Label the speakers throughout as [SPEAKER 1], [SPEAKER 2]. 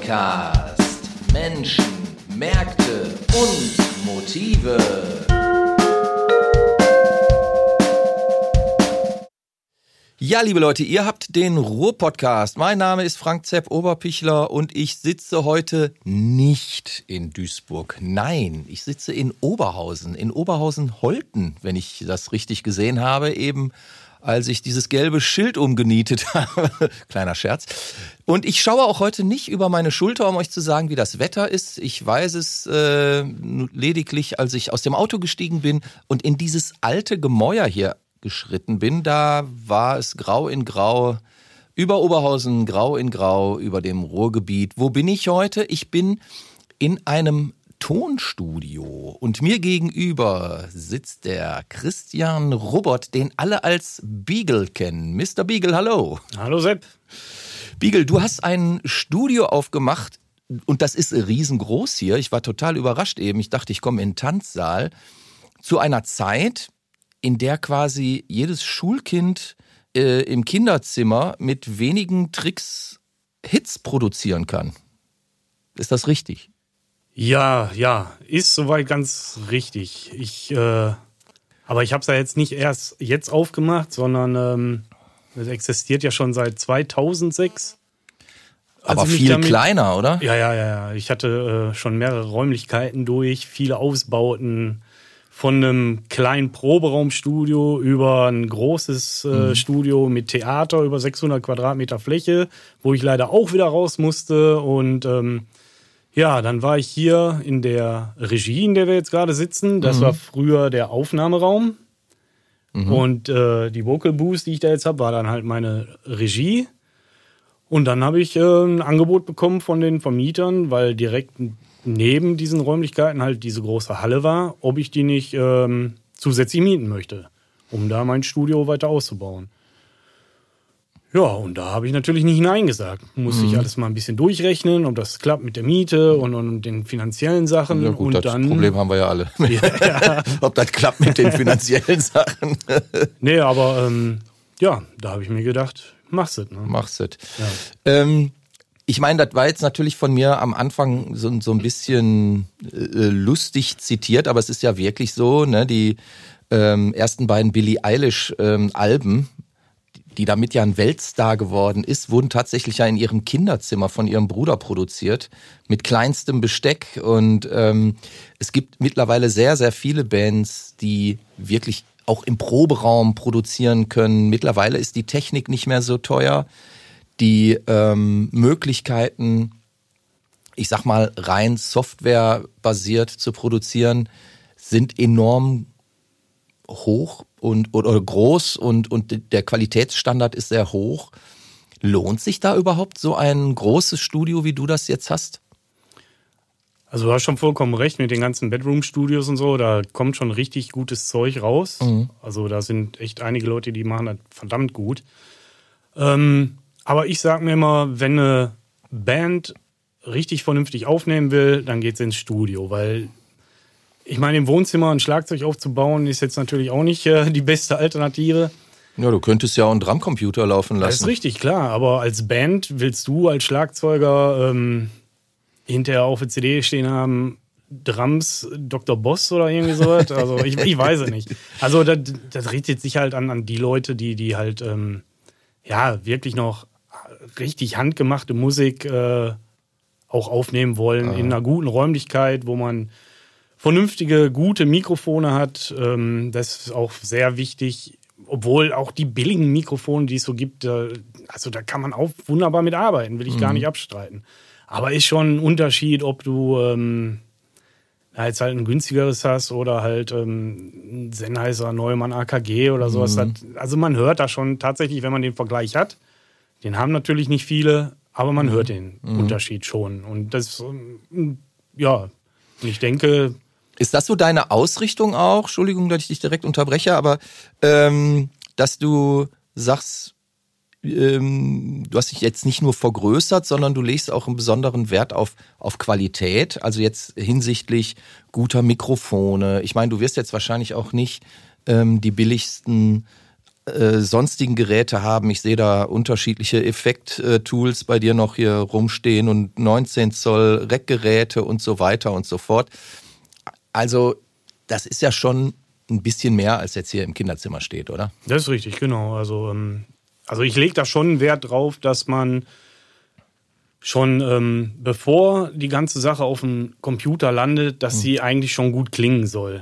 [SPEAKER 1] Podcast. Menschen, Märkte und Motive. Ja, liebe Leute, ihr habt den Ruhr-Podcast. Mein Name ist Frank Zepp Oberpichler und ich sitze heute nicht in Duisburg. Nein, ich sitze in Oberhausen-Holten, wenn ich das richtig gesehen habe, eben als ich dieses gelbe Schild umgenietet habe. Kleiner Scherz. Und ich schaue auch heute nicht über meine Schulter, um euch zu sagen, wie das Wetter ist. Ich weiß es lediglich, als ich aus dem Auto gestiegen bin und in dieses alte Gemäuer hier geschritten bin. Da war es grau in grau, über Oberhausen, grau in grau, über dem Ruhrgebiet. Wo bin ich heute? Ich bin in einem Tonstudio und mir gegenüber sitzt der Christian Rubbert, den alle als Beagle kennen. Mr. Beagle, hallo.
[SPEAKER 2] Hallo Sepp.
[SPEAKER 1] Beagle, du hast ein Studio aufgemacht und das ist riesengroß hier. Ich war total überrascht eben. Ich dachte, ich komme in den Tanzsaal zu einer Zeit, in der quasi jedes Schulkind im Kinderzimmer mit wenigen Tricks Hits produzieren kann. Ist das richtig?
[SPEAKER 2] Ja, ist soweit ganz richtig. Aber ich habe es ja jetzt nicht erst jetzt aufgemacht, sondern es existiert ja schon seit 2006.
[SPEAKER 1] Aber also viel kleiner, oder?
[SPEAKER 2] Ja. Ich hatte schon mehrere Räumlichkeiten durch, viele Ausbauten. Von einem kleinen Proberaumstudio über ein großes Studio mit Theater über 600 Quadratmeter Fläche, wo ich leider auch wieder raus musste. Und dann war ich hier in der Regie, in der wir jetzt gerade sitzen. Das war früher der Aufnahmeraum. Und die Vocal Booth, die ich da jetzt habe, war dann halt meine Regie. Und dann habe ich ein Angebot bekommen von den Vermietern, weil direkt neben diesen Räumlichkeiten halt diese große Halle war, ob ich die nicht zusätzlich mieten möchte, um da mein Studio weiter auszubauen. Ja, und da habe ich natürlich nicht Nein gesagt. Musste ich alles mal ein bisschen durchrechnen, ob das klappt mit der Miete und den finanziellen Sachen.
[SPEAKER 1] Ja gut,
[SPEAKER 2] und
[SPEAKER 1] das Problem haben wir ja alle.
[SPEAKER 2] Ja.
[SPEAKER 1] Ob das klappt mit den finanziellen Sachen.
[SPEAKER 2] Nee, aber da habe ich mir gedacht, mach's es. Ne?
[SPEAKER 1] Mach's es.
[SPEAKER 2] Ja.
[SPEAKER 1] Ich meine, das war jetzt natürlich von mir am Anfang so ein bisschen lustig zitiert, aber es ist ja wirklich so, ne, die ersten beiden Billie Eilish Alben, die damit ja ein Weltstar geworden ist, wurden tatsächlich ja in ihrem Kinderzimmer von ihrem Bruder produziert, mit kleinstem Besteck. Und es gibt mittlerweile sehr, sehr viele Bands, die wirklich auch im Proberaum produzieren können. Mittlerweile ist die Technik nicht mehr so teuer. Die Möglichkeiten, ich sag mal, rein softwarebasiert zu produzieren, sind enorm hoch oder groß und der Qualitätsstandard ist sehr hoch. Lohnt sich da überhaupt so ein großes Studio, wie du das jetzt hast?
[SPEAKER 2] Also du hast schon vollkommen recht mit den ganzen Bedroom-Studios und so, da kommt schon richtig gutes Zeug raus. Also da sind echt einige Leute, die machen das verdammt gut. Aber ich sag mir immer, wenn eine Band richtig vernünftig aufnehmen will, dann geht's ins Studio, weil ich meine, im Wohnzimmer ein Schlagzeug aufzubauen, ist jetzt natürlich auch nicht die beste Alternative.
[SPEAKER 1] Ja, du könntest ja auch einen Drumcomputer laufen lassen.
[SPEAKER 2] Das ist richtig, klar. Aber als Band willst du als Schlagzeuger hinterher auf der CD stehen haben, Drums Dr. Boss oder irgendwie sowas. Also ich weiß es nicht. Also das richtet sich halt an die Leute, die halt wirklich noch richtig handgemachte Musik auch aufnehmen wollen in einer guten Räumlichkeit, wo man vernünftige, gute Mikrofone hat. Das ist auch sehr wichtig, obwohl auch die billigen Mikrofone, die es so gibt, also da kann man auch wunderbar mit arbeiten, will ich gar nicht abstreiten. Aber ist schon ein Unterschied, ob du jetzt halt ein günstigeres hast oder halt ein Sennheiser Neumann AKG oder sowas. Also man hört da schon tatsächlich, wenn man den Vergleich hat, den haben natürlich nicht viele, aber man hört den Unterschied schon. Und das, ich denke...
[SPEAKER 1] Ist das so deine Ausrichtung auch? Entschuldigung, dass ich dich direkt unterbreche, aber dass du sagst, du hast dich jetzt nicht nur vergrößert, sondern du legst auch einen besonderen Wert auf Qualität, also jetzt hinsichtlich guter Mikrofone. Ich meine, du wirst jetzt wahrscheinlich auch nicht die billigsten sonstigen Geräte haben. Ich sehe da unterschiedliche Effekt-Tools bei dir noch hier rumstehen und 19 Zoll Rackgeräte und so weiter und so fort. Also das ist ja schon ein bisschen mehr, als jetzt hier im Kinderzimmer steht, oder?
[SPEAKER 2] Das ist richtig, genau. Also ich lege da schon Wert drauf, dass man schon bevor die ganze Sache auf dem Computer landet, dass sie eigentlich schon gut klingen soll.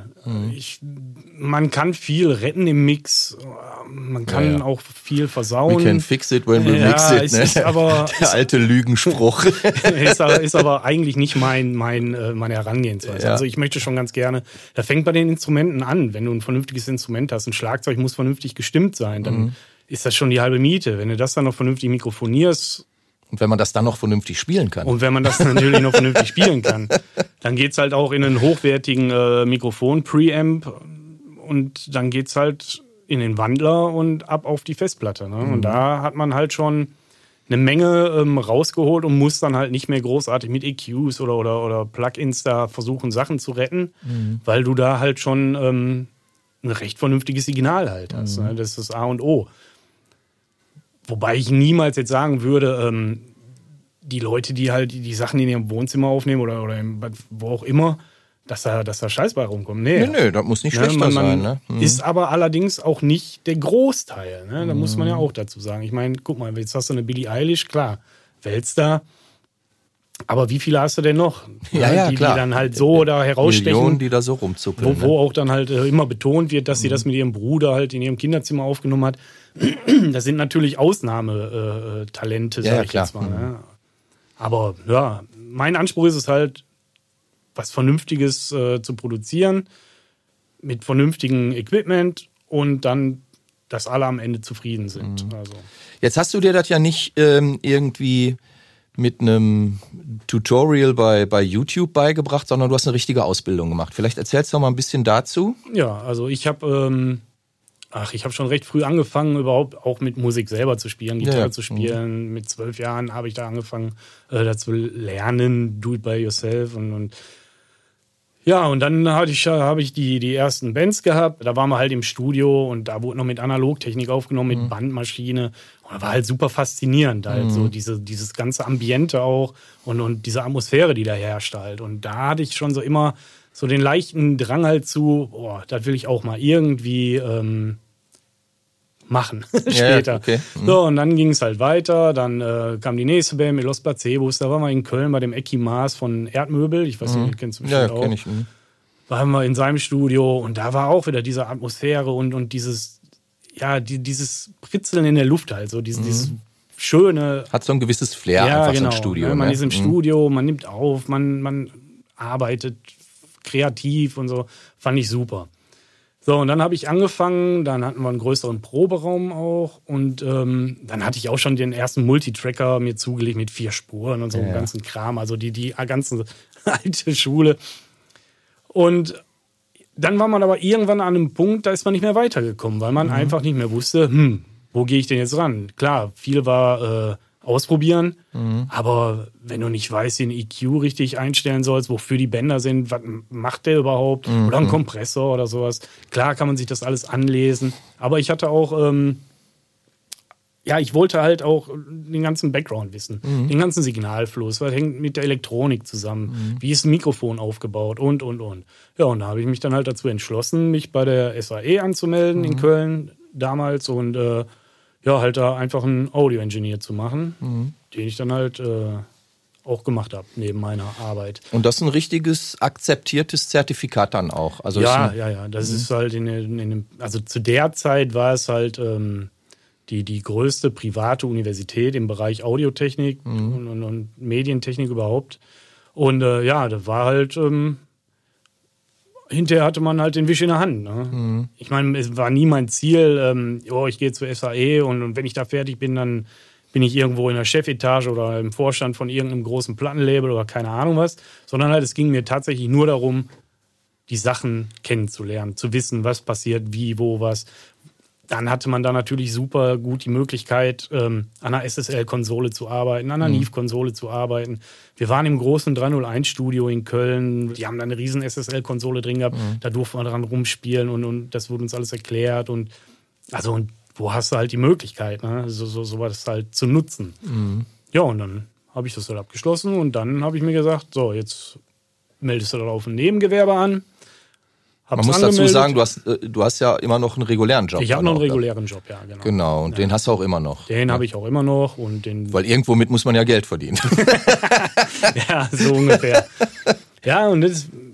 [SPEAKER 2] Man kann viel retten im Mix, man kann auch viel versauen.
[SPEAKER 1] We can fix it when we mix it. Ne? Der alte Lügenspruch.
[SPEAKER 2] ist aber eigentlich nicht meine Herangehensweise.
[SPEAKER 1] Ja.
[SPEAKER 2] Also ich möchte schon ganz gerne, da fängt bei den Instrumenten an. Wenn du ein vernünftiges Instrument hast, ein Schlagzeug muss vernünftig gestimmt sein, dann ist das schon die halbe Miete. Wenn du das dann noch vernünftig mikrofonierst,
[SPEAKER 1] und wenn man das dann noch vernünftig spielen kann.
[SPEAKER 2] Und wenn man das natürlich noch vernünftig spielen kann, dann geht's halt auch in einen hochwertigen Mikrofon-Preamp und dann geht's halt in den Wandler und ab auf die Festplatte. Ne? Und da hat man halt schon eine Menge rausgeholt und muss dann halt nicht mehr großartig mit EQs oder Plugins da versuchen, Sachen zu retten, weil du da halt schon ein recht vernünftiges Signal halt hast. Ne? Das ist das A und O. Wobei ich niemals jetzt sagen würde, die Leute, die halt die Sachen in ihrem Wohnzimmer aufnehmen oder wo auch immer, dass da Scheiß bei rumkommt.
[SPEAKER 1] Nee, das muss nicht schlechter sein. Ne?
[SPEAKER 2] Ist aber allerdings auch nicht der Großteil. Ne? Da muss man ja auch dazu sagen. Ich meine, guck mal, jetzt hast du eine Billie Eilish, klar, Weltstar. Aber wie viele hast du denn noch?
[SPEAKER 1] Ja,
[SPEAKER 2] die
[SPEAKER 1] klar.
[SPEAKER 2] Die dann halt so da herausstechen.
[SPEAKER 1] Millionen, die da so rumzuppeln.
[SPEAKER 2] Wo auch dann halt immer betont wird, dass sie das mit ihrem Bruder halt in ihrem Kinderzimmer aufgenommen hat. Das sind natürlich Ausnahmetalente, sag ich jetzt mal. Ne? Aber ja, mein Anspruch ist es halt, was Vernünftiges zu produzieren, mit vernünftigem Equipment und dann, dass alle am Ende zufrieden sind. Also.
[SPEAKER 1] Jetzt hast du dir das ja nicht irgendwie mit einem Tutorial bei YouTube beigebracht, sondern du hast eine richtige Ausbildung gemacht. Vielleicht erzählst du noch mal ein bisschen dazu.
[SPEAKER 2] Ja, also ich habe schon recht früh angefangen, überhaupt auch mit Musik selber zu spielen, Gitarre zu spielen. Mit 12 Jahren habe ich da angefangen, da zu lernen, do it by yourself und ja, und dann habe ich die ersten Bands gehabt. Da waren wir halt im Studio und da wurde noch mit Analogtechnik aufgenommen, mit Bandmaschine. Und das war halt super faszinierend, halt so dieses ganze Ambiente auch und diese Atmosphäre, die da herrscht halt. Und da hatte ich schon so immer so den leichten Drang halt zu, das will ich auch mal irgendwie machen später.
[SPEAKER 1] Ja, okay.
[SPEAKER 2] So, und dann ging es halt weiter. Dann kam die nächste Band mit Los Placebos. Da waren wir in Köln bei dem Ecki Maas von Erdmöbel. Ich weiß nicht, den kennst du bestimmt auch.
[SPEAKER 1] Ja, kenn ich.
[SPEAKER 2] Waren wir in seinem Studio und da war auch wieder diese Atmosphäre und dieses Pritzeln in der Luft halt. So dieses schöne.
[SPEAKER 1] Hat so ein gewisses Flair einfach so ein Studio.
[SPEAKER 2] Man ist im Studio, man nimmt auf, man arbeitet kreativ und so. Fand ich super. So, und dann habe ich angefangen, dann hatten wir einen größeren Proberaum auch und dann hatte ich auch schon den ersten Multitracker mir zugelegt mit 4 Spuren und so einem ganzen Kram, also die ganze alte Schule. Und dann war man aber irgendwann an einem Punkt, da ist man nicht mehr weitergekommen, weil man einfach nicht mehr wusste, wo gehe ich denn jetzt ran? Klar, viel war ausprobieren, aber wenn du nicht weißt, den EQ richtig einstellen sollst, wofür die Bänder sind, was macht der überhaupt, oder ein Kompressor oder sowas. Klar kann man sich das alles anlesen, aber ich hatte auch, ich wollte halt auch den ganzen Background wissen, den ganzen Signalfluss, was hängt mit der Elektronik zusammen, wie ist ein Mikrofon aufgebaut und. Ja, und da habe ich mich dann halt dazu entschlossen, mich bei der SAE anzumelden in Köln damals und halt da einfach einen Audio-Engineer zu machen, den ich dann halt auch gemacht habe, neben meiner Arbeit.
[SPEAKER 1] Und das ist ein richtiges, akzeptiertes Zertifikat dann auch? Also
[SPEAKER 2] ja. Das ist halt also zu der Zeit war es halt die größte private Universität im Bereich Audiotechnik und Medientechnik überhaupt. Und da war halt hinterher hatte man halt den Wisch in der Hand. Ne? Ich meine, es war nie mein Ziel, ich gehe zur SAE und wenn ich da fertig bin, dann bin ich irgendwo in der Chefetage oder im Vorstand von irgendeinem großen Plattenlabel oder keine Ahnung was, sondern halt es ging mir tatsächlich nur darum, die Sachen kennenzulernen, zu wissen, was passiert, wie, wo, was. Dann hatte man da natürlich super gut die Möglichkeit, an einer SSL-Konsole zu arbeiten, an einer Neve-Konsole zu arbeiten. Wir waren im großen 301-Studio in Köln. Die haben da eine riesen SSL-Konsole drin gehabt. Da durften wir dran rumspielen und das wurde uns alles erklärt. Und wo hast du halt die Möglichkeit, ne? Sowas halt zu nutzen. Ja, und dann habe ich das halt abgeschlossen und dann habe ich mir gesagt, so, jetzt meldest du darauf ein Nebengewerbe an.
[SPEAKER 1] Man muss dazu sagen, du hast ja immer noch einen regulären Job.
[SPEAKER 2] Ich habe noch einen regulären Job, ja, genau.
[SPEAKER 1] Genau, und den hast du auch immer noch.
[SPEAKER 2] Den habe ich auch immer noch. Weil
[SPEAKER 1] irgendwo mit muss man ja Geld verdienen.
[SPEAKER 2] Ja, so ungefähr. Ja, und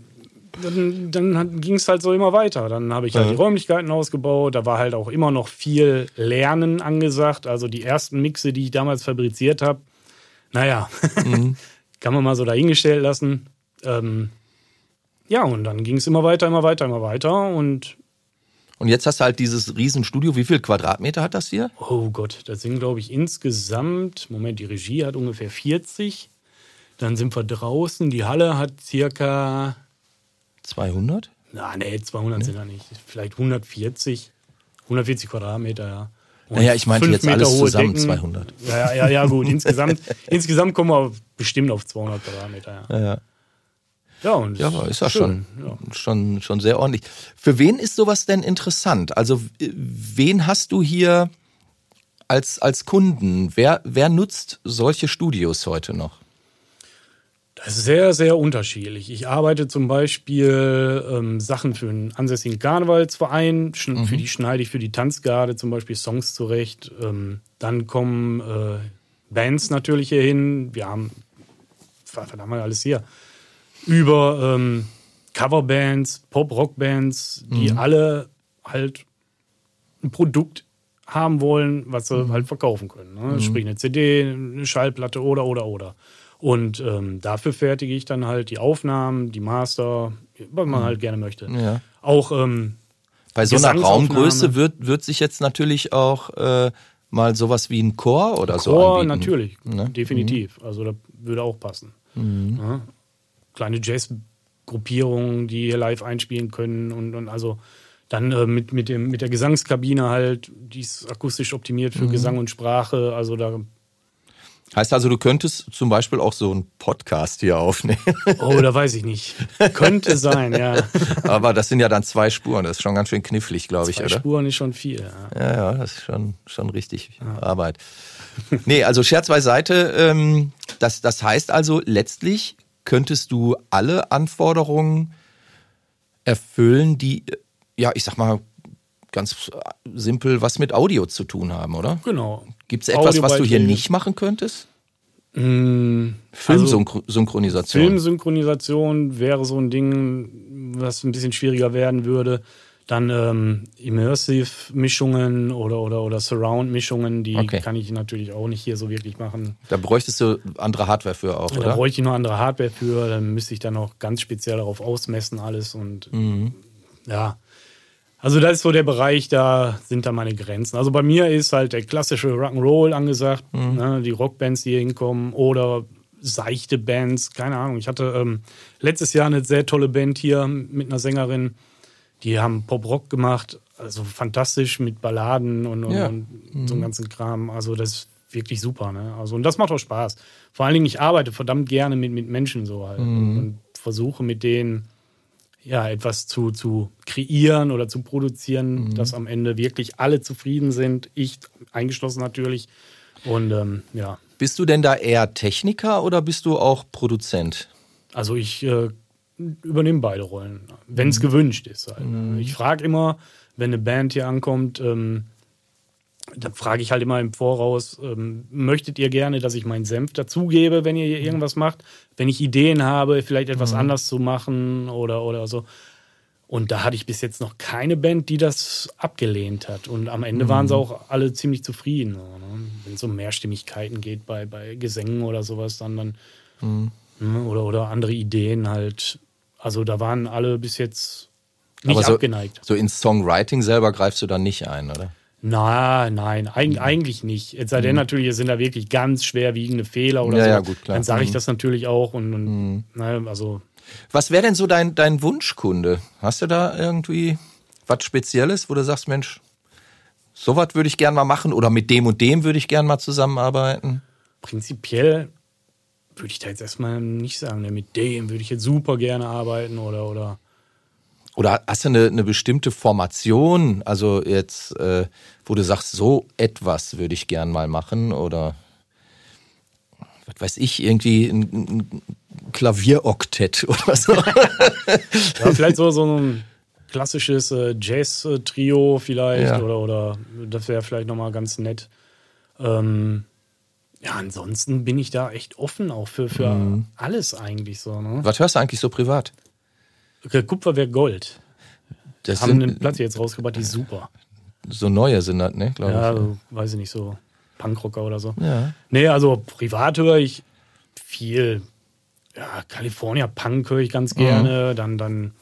[SPEAKER 2] dann ging es halt so immer weiter. Dann habe ich halt die Räumlichkeiten ausgebaut. Da war halt auch immer noch viel Lernen angesagt. Also die ersten Mixe, die ich damals fabriziert habe, naja, kann man mal so dahingestellt lassen. Ja, und dann ging es immer weiter. Und
[SPEAKER 1] jetzt hast du halt dieses Riesenstudio. Wie viel Quadratmeter hat das hier?
[SPEAKER 2] Oh Gott, das sind, glaube ich, insgesamt, die Regie hat ungefähr 40. Dann sind wir draußen. Die Halle hat circa
[SPEAKER 1] 200?
[SPEAKER 2] Nee, 200 sind da nicht. Vielleicht 140 Quadratmeter, ja. Und
[SPEAKER 1] naja, ich meinte jetzt alles zusammen
[SPEAKER 2] Decken.
[SPEAKER 1] 200.
[SPEAKER 2] Ja, gut. Insgesamt kommen wir bestimmt auf 200 Quadratmeter, ja. Ja, und
[SPEAKER 1] aber ist ja
[SPEAKER 2] schön,
[SPEAKER 1] schon sehr ordentlich. Für wen ist sowas denn interessant? Also wen hast du hier als Kunden? Wer nutzt solche Studios heute noch?
[SPEAKER 2] Das ist sehr, sehr unterschiedlich. Ich arbeite zum Beispiel Sachen für einen ansässigen Karnevalsverein. Für die schneide ich für die Tanzgarde zum Beispiel Songs zurecht. Dann kommen Bands natürlich hier hin. Wir haben, was haben wir alles hier? Über Coverbands, Pop-Rock-Bands, die alle halt ein Produkt haben wollen, was sie halt verkaufen können. Ne? Sprich eine CD, eine Schallplatte oder. Und dafür fertige ich dann halt die Aufnahmen, die Master, was man halt gerne möchte.
[SPEAKER 1] Ja.
[SPEAKER 2] Auch
[SPEAKER 1] bei so einer Raumgröße wird sich jetzt natürlich auch mal sowas wie ein Chor oder so anbieten.
[SPEAKER 2] Chor natürlich, ne? Definitiv. Also da würde auch passen. Ja? Kleine Jazz-Gruppierungen, die hier live einspielen können und also dann mit der Gesangskabine halt, die ist akustisch optimiert für Gesang und Sprache, also da.
[SPEAKER 1] Heißt also, du könntest zum Beispiel auch so einen Podcast hier aufnehmen?
[SPEAKER 2] Oh, da weiß ich nicht. Könnte sein, ja.
[SPEAKER 1] Aber das sind ja dann 2 Spuren, das ist schon ganz schön knifflig, glaube ich, oder?
[SPEAKER 2] 2 Spuren ist schon viel, ja.
[SPEAKER 1] Ja, das ist schon richtig Arbeit. Nee, also Scherz beiseite, das heißt also, letztlich könntest du alle Anforderungen erfüllen, die, ja, ich sag mal, ganz simpel was mit Audio zu tun haben, oder?
[SPEAKER 2] Genau.
[SPEAKER 1] Gibt es etwas, was du hier nicht machen könntest? Filmsynchronisation.
[SPEAKER 2] Filmsynchronisation wäre so ein Ding, was ein bisschen schwieriger werden würde. Dann Immersive-Mischungen oder Surround-Mischungen, die kann ich natürlich auch nicht hier so wirklich machen.
[SPEAKER 1] Da bräuchtest du andere Hardware für auch, oder?
[SPEAKER 2] Da bräuchte ich noch andere Hardware für, dann müsste ich dann auch ganz speziell darauf ausmessen alles und ja. Also das ist so der Bereich, da sind da meine Grenzen. Also bei mir ist halt der klassische Rock'n'Roll angesagt, ne, die Rockbands, die hier hinkommen oder seichte Bands, keine Ahnung. Ich hatte letztes Jahr eine sehr tolle Band hier mit einer Sängerin, die haben Pop-Rock gemacht, also fantastisch mit Balladen und so einem ganzen Kram. Also das ist wirklich super, ne? Also und das macht auch Spaß. Vor allen Dingen, ich arbeite verdammt gerne mit Menschen so halt und versuche mit denen ja, etwas zu kreieren oder zu produzieren, dass am Ende wirklich alle zufrieden sind, ich eingeschlossen natürlich. Und ja.
[SPEAKER 1] Bist du denn da eher Techniker oder bist du auch Produzent?
[SPEAKER 2] Also ich übernehme beide Rollen, wenn es gewünscht ist. Halt. Ich frage immer, wenn eine Band hier ankommt, da frage ich halt immer im Voraus, möchtet ihr gerne, dass ich meinen Senf dazugebe, wenn ihr hier irgendwas macht? Wenn ich Ideen habe, vielleicht etwas anders zu machen oder so. Und da hatte ich bis jetzt noch keine Band, die das abgelehnt hat. Und am Ende waren sie auch alle ziemlich zufrieden. So, ne? Wenn es um Mehrstimmigkeiten geht bei Gesängen oder sowas, dann oder andere Ideen halt. Also da waren alle bis jetzt nicht abgeneigt.
[SPEAKER 1] So ins Songwriting selber greifst du dann nicht ein, oder?
[SPEAKER 2] Nein, eigentlich nicht. Es sei denn natürlich, es sind da wirklich ganz schwerwiegende Fehler oder so.
[SPEAKER 1] Ja, gut, klar.
[SPEAKER 2] Dann sage ich das natürlich auch. Und also.
[SPEAKER 1] Was wäre denn so dein Wunschkunde? Hast du da irgendwie was Spezielles, wo du sagst, Mensch, sowas würde ich gern mal machen oder mit dem und dem würde ich gern mal zusammenarbeiten?
[SPEAKER 2] Prinzipiell würde ich da jetzt erstmal nicht sagen, mit dem würde ich jetzt super gerne arbeiten oder.
[SPEAKER 1] Oder hast du eine bestimmte Formation, also jetzt, wo du sagst, so etwas würde ich gern mal machen oder was weiß ich, irgendwie ein Klavieroktett oder so.
[SPEAKER 2] Ja, vielleicht so ein klassisches Jazz-Trio vielleicht oder das wäre vielleicht nochmal ganz nett. Ja, ansonsten bin ich da echt offen auch für alles eigentlich so. Ne?
[SPEAKER 1] Was hörst du eigentlich so privat?
[SPEAKER 2] Kupferwerk Gold.
[SPEAKER 1] Das
[SPEAKER 2] haben eine Platte jetzt rausgebracht, die ist super.
[SPEAKER 1] So neue sind das, ne? Glaube ich.
[SPEAKER 2] Ja, weiß ich nicht, so Punkrocker oder so.
[SPEAKER 1] Ja.
[SPEAKER 2] Nee, also privat höre ich viel. Ja, California Punk höre ich ganz gerne. Dann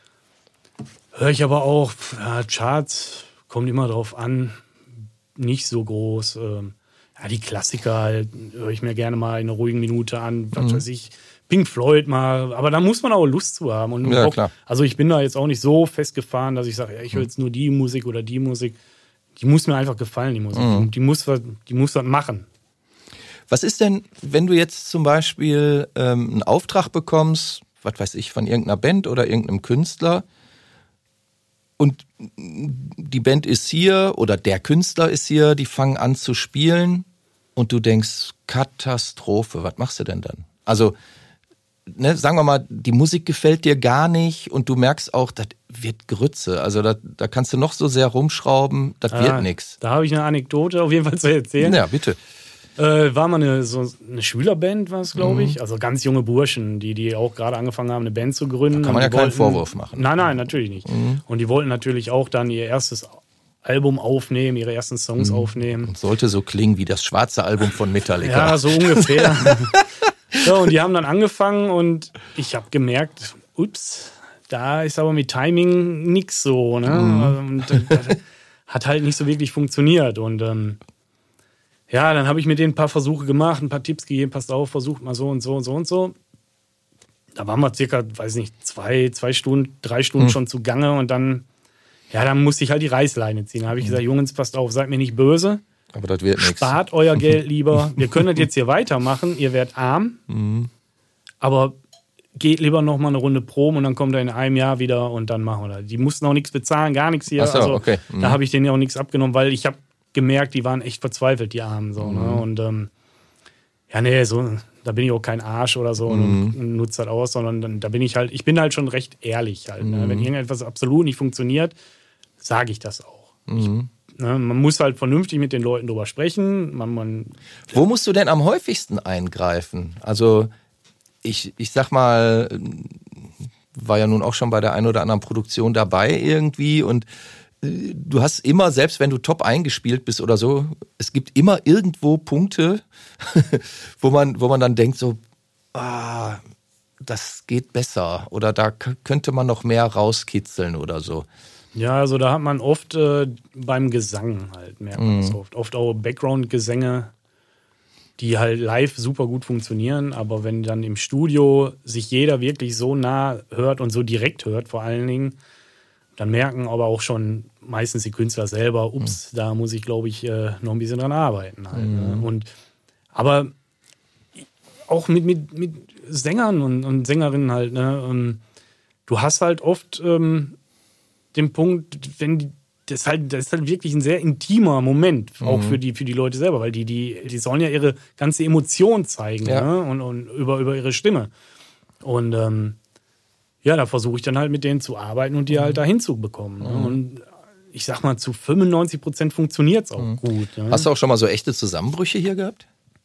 [SPEAKER 2] höre ich aber auch Charts, kommt immer drauf an, nicht so groß. Ja, die Klassiker halt, höre ich mir gerne mal in einer ruhigen Minute an, was weiß ich, Pink Floyd mal, aber da muss man auch Lust zu haben. Und
[SPEAKER 1] ja,
[SPEAKER 2] auch,
[SPEAKER 1] klar.
[SPEAKER 2] Also ich bin da jetzt auch nicht so festgefahren, dass ich sage, ja, ich höre jetzt nur die Musik oder die Musik. Die muss mir einfach gefallen, die Musik. Die muss was machen.
[SPEAKER 1] Was ist denn, wenn du jetzt zum Beispiel einen Auftrag bekommst, was weiß ich, von irgendeiner Band oder irgendeinem Künstler und die Band ist hier oder der Künstler ist hier, die fangen an zu spielen und du denkst, Katastrophe, was machst du denn dann? Also, ne, sagen wir mal, die Musik gefällt dir gar nicht und du merkst auch, das wird Grütze. Also da kannst du noch so sehr rumschrauben, das wird nichts.
[SPEAKER 2] Da habe ich eine Anekdote auf jeden Fall zu erzählen.
[SPEAKER 1] Ja, bitte.
[SPEAKER 2] War mal eine Schülerband, war es, glaube ich. Also ganz junge Burschen, die auch gerade angefangen haben, eine Band zu gründen.
[SPEAKER 1] Da kann man ja keinen Vorwurf machen.
[SPEAKER 2] Nein, natürlich nicht. Und die wollten natürlich auch dann ihr erstes Album aufnehmen, ihre ersten Songs aufnehmen.
[SPEAKER 1] Und sollte so klingen wie das schwarze Album von Metallica.
[SPEAKER 2] Ja, so ungefähr. So, und die haben dann angefangen und ich habe gemerkt, ups, da ist aber mit Timing nix so. Ne? Und das hat halt nicht so wirklich funktioniert. Und ja, dann habe ich mit denen ein paar Versuche gemacht, ein paar Tipps gegeben, passt auf, versucht mal so und so und so und so. Da waren wir circa, weiß nicht, 2 Stunden, 3 Stunden schon zugange und dann musste ich halt die Reißleine ziehen. Da habe ich gesagt, Jungs, passt auf, seid mir nicht böse.
[SPEAKER 1] Aber das wird nichts.
[SPEAKER 2] Spart euer Geld lieber. Wir können das jetzt hier weitermachen. Ihr werdet arm. Aber geht lieber noch mal eine Runde proben und dann kommt er in einem Jahr wieder und dann machen wir das. Die mussten auch nichts bezahlen, gar nichts hier.
[SPEAKER 1] Ach so,
[SPEAKER 2] also,
[SPEAKER 1] okay.
[SPEAKER 2] Da habe ich denen ja auch nichts abgenommen, weil ich habe gemerkt, die waren echt verzweifelt, die Armen. So, ne? Und da bin ich auch kein Arsch oder so und nutze das aus, sondern ich bin halt schon recht ehrlich halt. Ne? Wenn irgendetwas absolut nicht funktioniert, sage ich das auch. Man muss halt vernünftig mit den Leuten drüber sprechen.
[SPEAKER 1] Wo musst du denn am häufigsten eingreifen? Also ich sag mal, war ja nun auch schon bei der einen oder anderen Produktion dabei irgendwie und du hast immer, selbst wenn du top eingespielt bist oder so, es gibt immer irgendwo Punkte, wo man dann denkt so, das geht besser oder da könnte man noch mehr rauskitzeln oder so.
[SPEAKER 2] Ja, also da hat man oft beim Gesang halt, merkt man das oft. Oft auch Background-Gesänge, die halt live super gut funktionieren, aber wenn dann im Studio sich jeder wirklich so nah hört und so direkt hört vor allen Dingen, dann merken aber auch schon meistens die Künstler selber, da muss ich, glaube ich, noch ein bisschen dran arbeiten halt. Ne? Aber auch mit Sängern und Sängerinnen halt, ne? Du hast halt oft den Punkt, das ist halt wirklich ein sehr intimer Moment, auch für die Leute selber, weil die sollen ja ihre ganze Emotion zeigen, ne? und über ihre Stimme. Und da versuche ich dann halt mit denen zu arbeiten und die halt dahin zu bekommen. Ne? Und ich sag mal, zu 95% funktioniert es auch gut. Ne?
[SPEAKER 1] Hast du auch schon mal so echte Zusammenbrüche hier gehabt?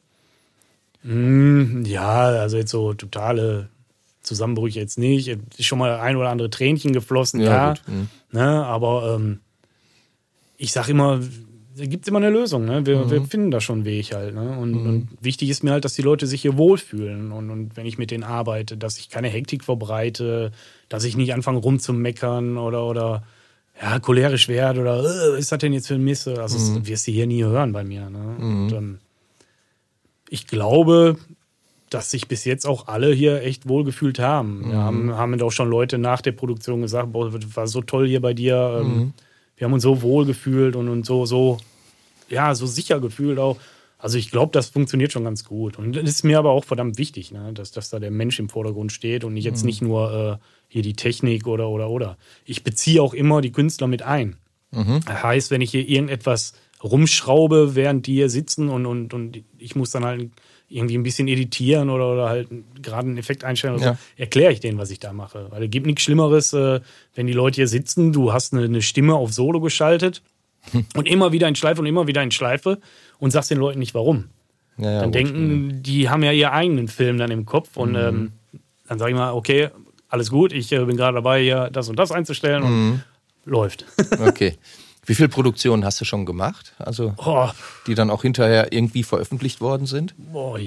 [SPEAKER 2] Ja, also jetzt so totale Zusammenbrüche jetzt nicht. Ist schon mal ein oder andere Tränchen geflossen, ja. Ne, aber ich sag immer, da gibt es immer eine Lösung. Ne? Wir finden da schon einen Weg halt. Ne? Und wichtig ist mir halt, dass die Leute sich hier wohlfühlen. Und wenn ich mit denen arbeite, dass ich keine Hektik verbreite, dass ich nicht anfange rumzumeckern oder cholerisch werde oder was ist das denn jetzt für ein Mist? Also das wirst du hier nie hören bei mir. Ne? Und ich glaube, dass sich bis jetzt auch alle hier echt wohlgefühlt haben. Wir haben auch schon Leute nach der Produktion gesagt, boah, das war so toll hier bei dir. Wir haben uns so wohl gefühlt und so sicher gefühlt auch. Also ich glaube, das funktioniert schon ganz gut. Und das ist mir aber auch verdammt wichtig, ne? dass da der Mensch im Vordergrund steht und nicht jetzt nicht nur hier die Technik oder. Ich beziehe auch immer die Künstler mit ein. Das heißt, wenn ich hier irgendetwas rumschraube, während die hier sitzen und ich muss dann halt irgendwie ein bisschen editieren oder halt gerade einen Effekt einstellen oder so, erkläre ich denen, was ich da mache. Weil es gibt nichts Schlimmeres, wenn die Leute hier sitzen, du hast eine Stimme auf Solo geschaltet und immer wieder in Schleife und immer wieder in Schleife und sagst den Leuten nicht, warum.
[SPEAKER 1] Ja,
[SPEAKER 2] dann denken, die haben ja ihren eigenen Film dann im Kopf und dann sage ich mal, okay, alles gut, ich bin gerade dabei, hier das und das einzustellen und läuft.
[SPEAKER 1] Okay. Wie viele Produktionen hast du schon gemacht? Also, die dann auch hinterher irgendwie veröffentlicht worden sind?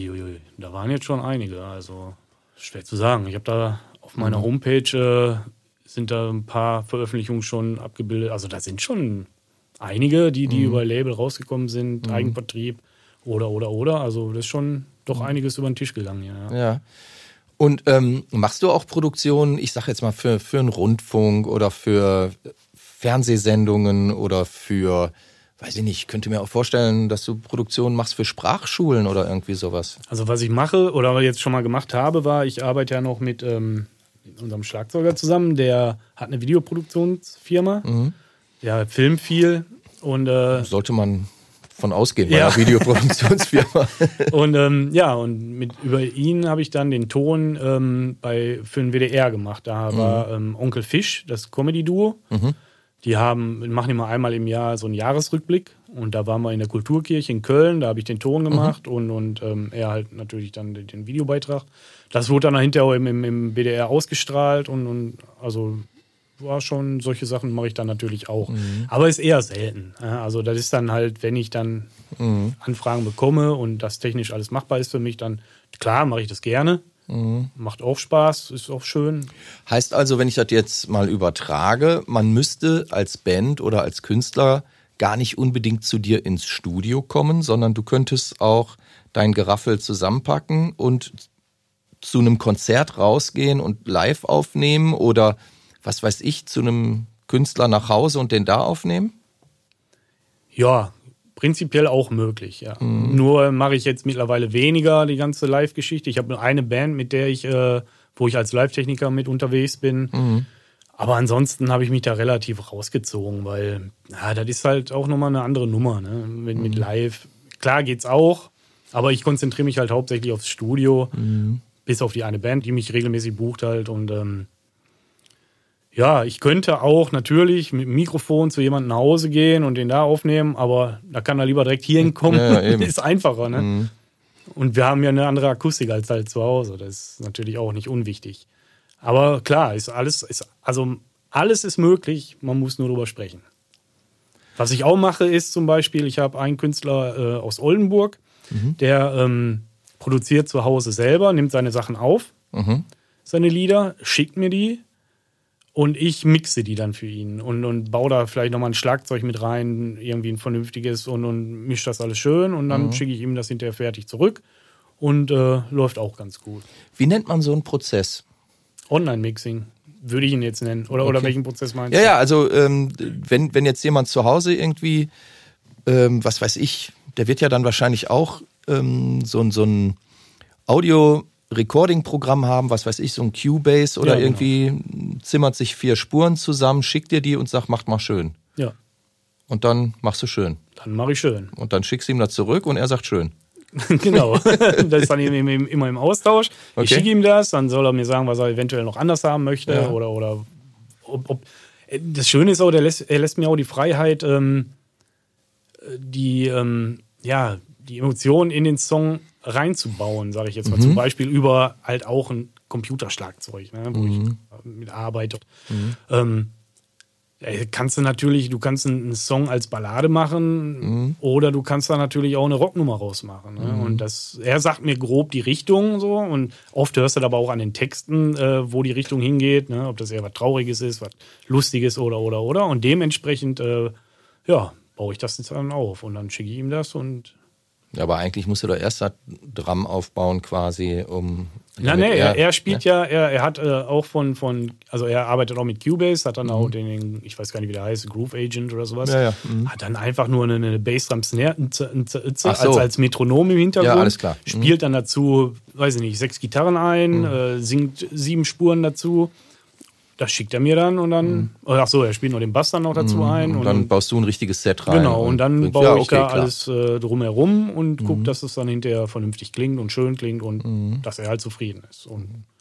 [SPEAKER 2] Da waren jetzt schon einige. Also, schwer zu sagen. Ich habe da auf meiner Homepage sind da ein paar Veröffentlichungen schon abgebildet. Also, da sind schon einige, die über Label rausgekommen sind, Eigenvertrieb oder. Also, das ist schon doch einiges über den Tisch gegangen.
[SPEAKER 1] Ja. Und machst du auch Produktionen, ich sag jetzt mal, für einen Rundfunk oder für Fernsehsendungen oder für, weiß ich nicht, ich könnte mir auch vorstellen, dass du Produktionen machst für Sprachschulen oder irgendwie sowas.
[SPEAKER 2] Also was ich mache oder jetzt schon mal gemacht habe, war, ich arbeite ja noch mit unserem Schlagzeuger zusammen, der hat eine Videoproduktionsfirma, der filmt viel und
[SPEAKER 1] sollte man von ausgehen bei einer Videoproduktionsfirma.
[SPEAKER 2] Und über ihn habe ich dann den Ton für den WDR gemacht. Da war Onkel Fisch, das Comedy-Duo. Die machen immer einmal im Jahr so einen Jahresrückblick. Und da waren wir in der Kulturkirche in Köln, da habe ich den Ton gemacht und er halt natürlich dann den Videobeitrag. Das wurde dann hinterher auch im WDR ausgestrahlt und also war schon, solche Sachen mache ich dann natürlich auch. Aber ist eher selten. Also das ist dann halt, wenn ich dann Anfragen bekomme und das technisch alles machbar ist für mich, dann klar mache ich das gerne. Macht auch Spaß, ist auch schön.
[SPEAKER 1] Heißt also, wenn ich das jetzt mal übertrage, man müsste als Band oder als Künstler gar nicht unbedingt zu dir ins Studio kommen, sondern du könntest auch dein Geraffel zusammenpacken und zu einem Konzert rausgehen und live aufnehmen oder was weiß ich, zu einem Künstler nach Hause und den da aufnehmen?
[SPEAKER 2] Ja, prinzipiell auch möglich, ja. Nur mache ich jetzt mittlerweile weniger die ganze Live-Geschichte. Ich habe nur eine Band, mit der wo ich als Live-Techniker mit unterwegs bin. Aber ansonsten habe ich mich da relativ rausgezogen, weil das ist halt auch nochmal eine andere Nummer. Ne? Mit Live, klar geht's auch, aber ich konzentriere mich halt hauptsächlich aufs Studio, bis auf die eine Band, die mich regelmäßig bucht halt und ich könnte auch natürlich mit dem Mikrofon zu jemandem nach Hause gehen und den da aufnehmen, aber da kann er lieber direkt hier hinkommen. Ja, ist einfacher, ne? Und wir haben ja eine andere Akustik als halt zu Hause. Das ist natürlich auch nicht unwichtig. Aber klar, alles ist möglich, man muss nur drüber sprechen. Was ich auch mache, ist zum Beispiel, ich habe einen Künstler aus Oldenburg, der produziert zu Hause selber, nimmt seine Sachen auf, seine Lieder, schickt mir die. Und ich mixe die dann für ihn und baue da vielleicht nochmal ein Schlagzeug mit rein, irgendwie ein vernünftiges und mische das alles schön und dann schicke ich ihm das hinterher fertig zurück und läuft auch ganz gut.
[SPEAKER 1] Wie nennt man so einen Prozess?
[SPEAKER 2] Online-Mixing würde ich ihn jetzt nennen. Oder welchen Prozess meinst du?
[SPEAKER 1] Ja, also wenn jetzt jemand zu Hause irgendwie, was weiß ich, der wird ja dann wahrscheinlich auch so ein Audio-Recording-Programm haben, was weiß ich, so ein Cubase oder irgendwie zimmert sich 4 Spuren zusammen, schickt dir die und sagt, macht mal schön.
[SPEAKER 2] Ja.
[SPEAKER 1] Und dann machst du schön.
[SPEAKER 2] Dann mache ich schön.
[SPEAKER 1] Und dann schickst du ihm das zurück und er sagt schön.
[SPEAKER 2] Genau. Das ist dann immer im Austausch. Okay. Ich schicke ihm das, dann soll er mir sagen, was er eventuell noch anders haben möchte. Oder ob das Schöne ist auch, er lässt mir auch die Freiheit, die Emotionen in den Song reinzubauen, sage ich jetzt mal. Zum Beispiel über halt auch ein Computerschlagzeug, ne, wo ich mit arbeite. Kannst du kannst einen Song als Ballade machen oder du kannst da natürlich auch eine Rocknummer rausmachen. Ne? Und er sagt mir grob die Richtung so und oft hörst du aber auch an den Texten, wo die Richtung hingeht, ne? Ob das eher was Trauriges ist, was Lustiges oder. Und dementsprechend baue ich das jetzt dann auf und dann schicke ich ihm das und
[SPEAKER 1] aber eigentlich musst du doch erst das Drum aufbauen quasi, um
[SPEAKER 2] Er spielt er hat auch also er arbeitet auch mit Cubase, hat dann auch ich weiß gar nicht, wie der heißt, Groove Agent oder sowas.
[SPEAKER 1] Ja.
[SPEAKER 2] Hat dann einfach nur eine Bassdrum Snare als Metronom im Hintergrund.
[SPEAKER 1] Ja, alles klar.
[SPEAKER 2] Spielt dann dazu, weiß ich nicht, 6 Gitarren ein, singt 7 Spuren dazu. Das schickt er mir dann und dann, er spielt noch den Bass dann noch dazu ein.
[SPEAKER 1] Und dann baust du ein richtiges Set rein.
[SPEAKER 2] Genau, und dann baue ich da alles drumherum und gucke, dass es dann hinterher vernünftig klingt und schön klingt und dass er halt zufrieden ist.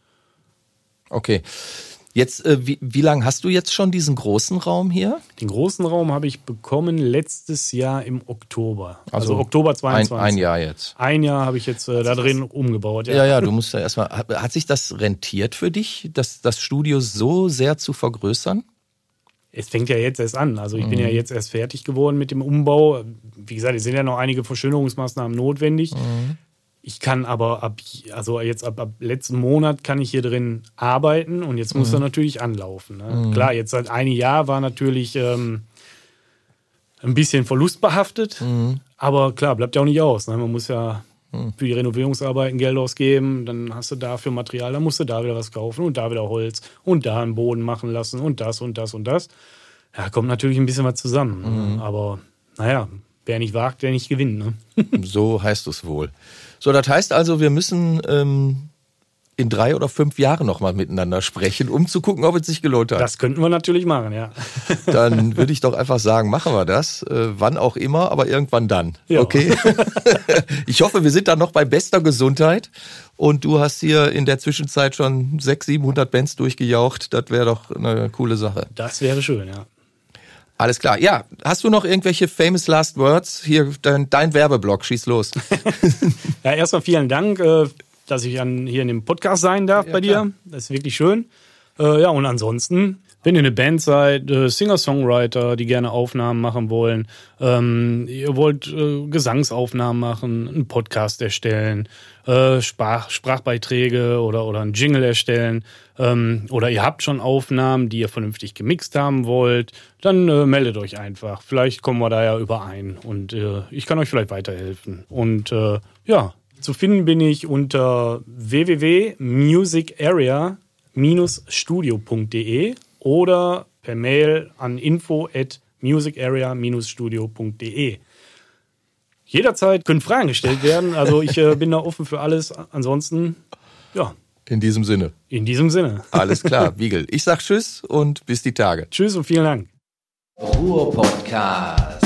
[SPEAKER 1] Okay. Jetzt, wie lange hast du jetzt schon diesen großen Raum hier?
[SPEAKER 2] Den großen Raum habe ich bekommen letztes Jahr im Oktober. Also Oktober 22.
[SPEAKER 1] Ein Jahr jetzt.
[SPEAKER 2] Ein Jahr habe ich jetzt da drin umgebaut.
[SPEAKER 1] Ja, du musst ja erstmal. Hat sich das rentiert für dich, das Studio so sehr zu vergrößern?
[SPEAKER 2] Es fängt ja jetzt erst an. Also ich bin ja jetzt erst fertig geworden mit dem Umbau. Wie gesagt, es sind ja noch einige Verschönerungsmaßnahmen notwendig. Ich kann aber ab letzten Monat kann ich hier drin arbeiten und jetzt muss er natürlich anlaufen. Ne? Klar, jetzt seit einem Jahr war natürlich ein bisschen verlustbehaftet, aber klar, bleibt ja auch nicht aus. Ne? Man muss ja für die Renovierungsarbeiten Geld ausgeben, dann hast du dafür Material, dann musst du da wieder was kaufen und da wieder Holz und da einen Boden machen lassen und das und das und das. Ja, kommt natürlich ein bisschen was zusammen. Aber naja, wer nicht wagt, der nicht gewinnt. Ne?
[SPEAKER 1] So heißt es wohl. So, das heißt also, wir müssen in 3 oder 5 Jahren nochmal miteinander sprechen, um zu gucken, ob es sich gelohnt hat.
[SPEAKER 2] Das könnten wir natürlich machen, ja.
[SPEAKER 1] Dann würde ich doch einfach sagen, machen wir das. Wann auch immer, aber irgendwann dann. Ja. Okay? Ich hoffe, wir sind dann noch bei bester Gesundheit. Und du hast hier in der Zwischenzeit schon 600-700 Bands durchgejaucht. Das wäre doch eine coole Sache.
[SPEAKER 2] Das wäre schön, ja.
[SPEAKER 1] Alles klar. Ja, hast du noch irgendwelche famous last words? Hier, dein Werbeblock, schieß los.
[SPEAKER 2] Ja, erstmal vielen Dank, dass ich hier in dem Podcast sein darf bei dir. Klar. Das ist wirklich schön. Ja, und ansonsten, wenn ihr eine Band seid, Singer-Songwriter, die gerne Aufnahmen machen wollen, ihr wollt Gesangsaufnahmen machen, einen Podcast erstellen, Sprachbeiträge oder einen Jingle erstellen, oder ihr habt schon Aufnahmen, die ihr vernünftig gemixt haben wollt, dann meldet euch einfach. Vielleicht kommen wir da ja überein und ich kann euch vielleicht weiterhelfen. Und ja, zu finden bin ich unter www.musicarea-studio.de oder per Mail an info@musicarea-studio.de. Jederzeit können Fragen gestellt werden, also ich bin da offen für alles. Ansonsten, ja.
[SPEAKER 1] In diesem Sinne.
[SPEAKER 2] In diesem Sinne.
[SPEAKER 1] Alles klar, Wiegel. Ich sag Tschüss und bis die Tage.
[SPEAKER 2] Tschüss und vielen Dank.
[SPEAKER 3] Ruhr-Podcast.